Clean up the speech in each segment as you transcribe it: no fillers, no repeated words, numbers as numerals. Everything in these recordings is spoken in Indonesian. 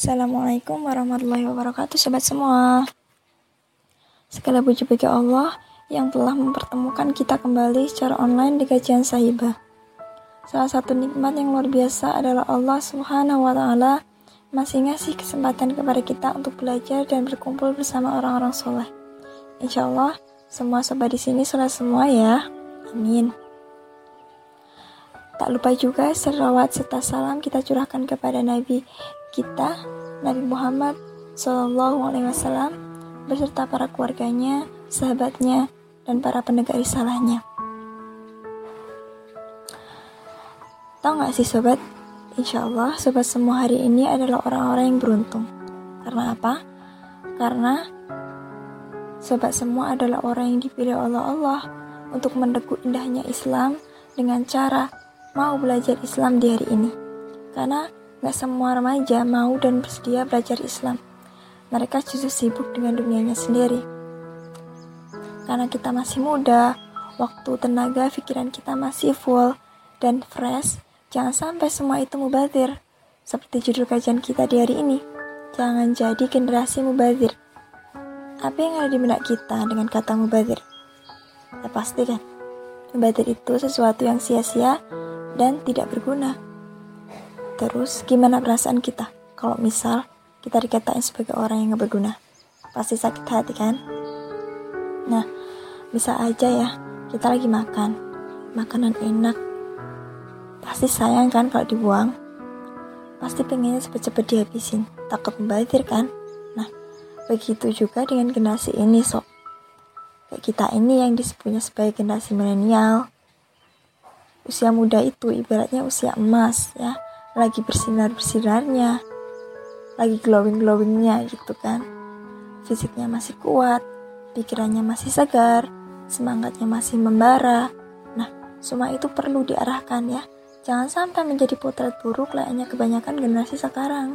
Assalamualaikum warahmatullahi wabarakatuh, sobat semua. Segala puji bagi Allah yang telah mempertemukan kita kembali secara online di kajian Sahibah. Salah satu nikmat yang luar biasa adalah Allah Subhanahu wa Ta'ala masih ngasih kesempatan kepada kita untuk belajar dan berkumpul bersama orang-orang soleh. Insya Allah semua sobat di sini soleh semua ya. Amin. Tak lupa juga selawat serta salam kita curahkan kepada Nabi kita, Nabi Muhammad SAW, beserta para keluarganya, sahabatnya, dan para penegak risalahnya. Tahu gak sih sobat? Insya Allah sobat semua hari ini adalah orang-orang yang beruntung. Karena apa? Karena sobat semua adalah orang yang dipilih oleh Allah untuk mendekuk indahnya Islam dengan cara mau belajar Islam di hari ini. Karena gak semua remaja mau dan bersedia belajar Islam. Mereka justru sibuk dengan dunianya sendiri. Karena kita masih muda, waktu, tenaga, pikiran kita masih full dan fresh, jangan sampai semua itu mubazir. Seperti judul kajian kita di hari ini, jangan jadi generasi mubazir. Apa yang ada di benak kita dengan kata mubazir? Ya pasti kan, mubazir itu sesuatu yang sia-sia dan tidak berguna. Terus gimana perasaan kita kalau misal kita dikatain sebagai orang yang gak berguna? Pasti sakit hati kan? Nah, bisa aja ya kita lagi makan makanan enak, pasti sayang kan kalau dibuang, pasti pengennya cepet-cepet dihabisin, takut mubazir kan? Nah, begitu juga dengan generasi ini sob. Kayak kita ini yang disebutnya sebagai generasi milenial. Usia muda itu ibaratnya usia emas ya, lagi bersinar-bersinarnya, lagi glowing-glowingnya gitu kan. Fisiknya masih kuat, pikirannya masih segar, semangatnya masih membara. Nah, semua itu perlu diarahkan ya. Jangan sampai menjadi potret buruk layaknya kebanyakan generasi sekarang.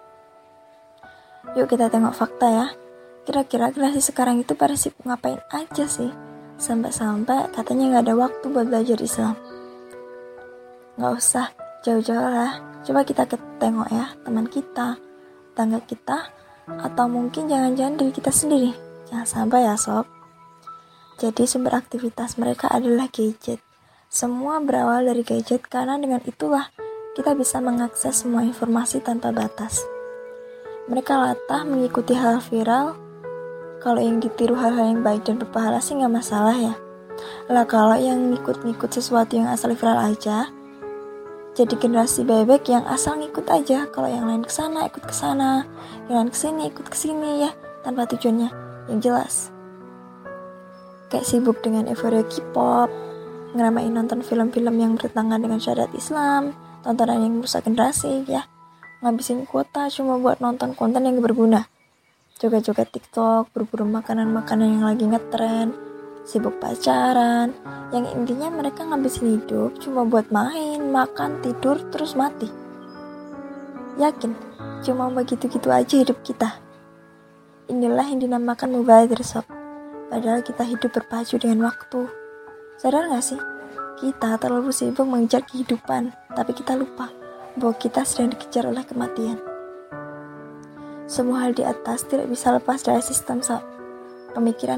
Yuk kita tengok fakta ya. Kira-kira generasi sekarang itu pada sibuk ngapain aja sih? Sampai-sampai katanya gak ada waktu buat belajar Islam. Gak usah jauh-jauh lah. Coba kita tengok ya, teman kita, tetangga kita, atau mungkin jangan-jangan diri kita sendiri. Jangan sampai ya sob. Jadi sumber aktivitas mereka adalah gadget. Semua berawal dari gadget karena dengan itulah kita bisa mengakses semua informasi tanpa batas. Mereka latah mengikuti hal viral. Kalau yang ditiru hal-hal yang baik dan berpahala sih gak masalah ya. Lah kalau yang ngikut-ngikut sesuatu yang asal viral aja, jadi generasi bebek yang asal ngikut aja. Kalau yang lain kesana ikut kesana, yang lain kesini ikut kesini ya, tanpa tujuannya yang jelas. Kayak sibuk dengan euforia K-pop, ngeramain nonton film-film yang bertentangan dengan syariat Islam, tontonan yang merusak generasi ya, ngabisin kuota cuma buat nonton konten yang berguna, joget-joget TikTok, berburu makanan-makanan yang lagi ngetren, sibuk pacaran, yang intinya mereka ngabisin hidup cuma buat main, makan, tidur, terus mati. Yakin cuma begitu-gitu aja hidup kita? Inilah yang dinamakan mubazir sob. Padahal kita hidup berpacu dengan waktu. Sadar gak sih? Kita terlalu sibuk mengejar kehidupan, tapi kita lupa bahwa kita sedang dikejar oleh kematian. Semua hal di atas tidak bisa lepas dari sistem sob. Pemikiran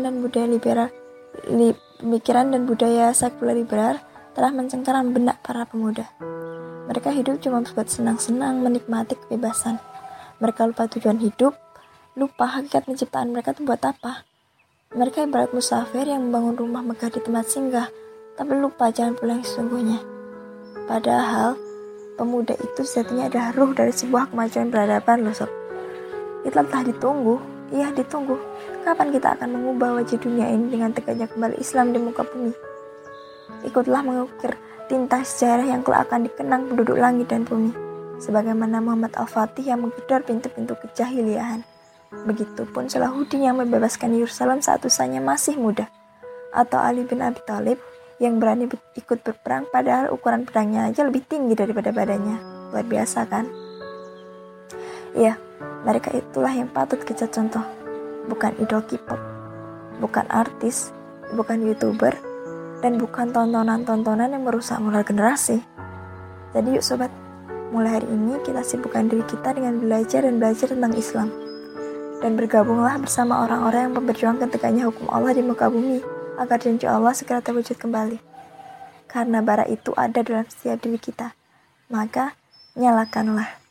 dan budaya sekuler liberal telah mencengkeram benak para pemuda. Mereka hidup cuma buat senang-senang, menikmati kebebasan. Mereka lupa tujuan hidup, lupa hakikat penciptaan mereka itu buat apa. Mereka ibarat musafir yang membangun rumah megah di tempat singgah, tapi lupa jalan pulang sesungguhnya. Padahal, pemuda itu sejatinya adalah ruh dari sebuah kemajuan peradaban loh sob. Itu telah ditunggu, iya ditunggu. Kapan kita akan mengubah wajah dunia ini dengan tegaknya kembali Islam di muka bumi? Ikutlah mengukir tinta sejarah yang kelak akan dikenang penduduk langit dan bumi. Sebagaimana Muhammad Al-Fatih yang menggedor pintu-pintu kejahiliahan. Begitupun Salahuddin yang membebaskan Yerusalem saat usianya masih muda. Atau Ali bin Abi Thalib yang berani ikut berperang padahal ukuran pedangnya aja lebih tinggi daripada badannya. Luar biasa kan? Iya, mereka itulah yang patut kita contoh. Bukan idol K-pop, bukan artis, bukan YouTuber, dan bukan tontonan-tontonan yang merusak moral generasi. Jadi yuk sobat, mulai hari ini kita sibukkan diri kita dengan belajar tentang Islam. Dan bergabunglah bersama orang-orang yang memperjuangkan tegaknya hukum Allah di muka bumi, agar janji Allah segera terwujud kembali. Karena bara itu ada dalam setiap diri kita, maka nyalakanlah.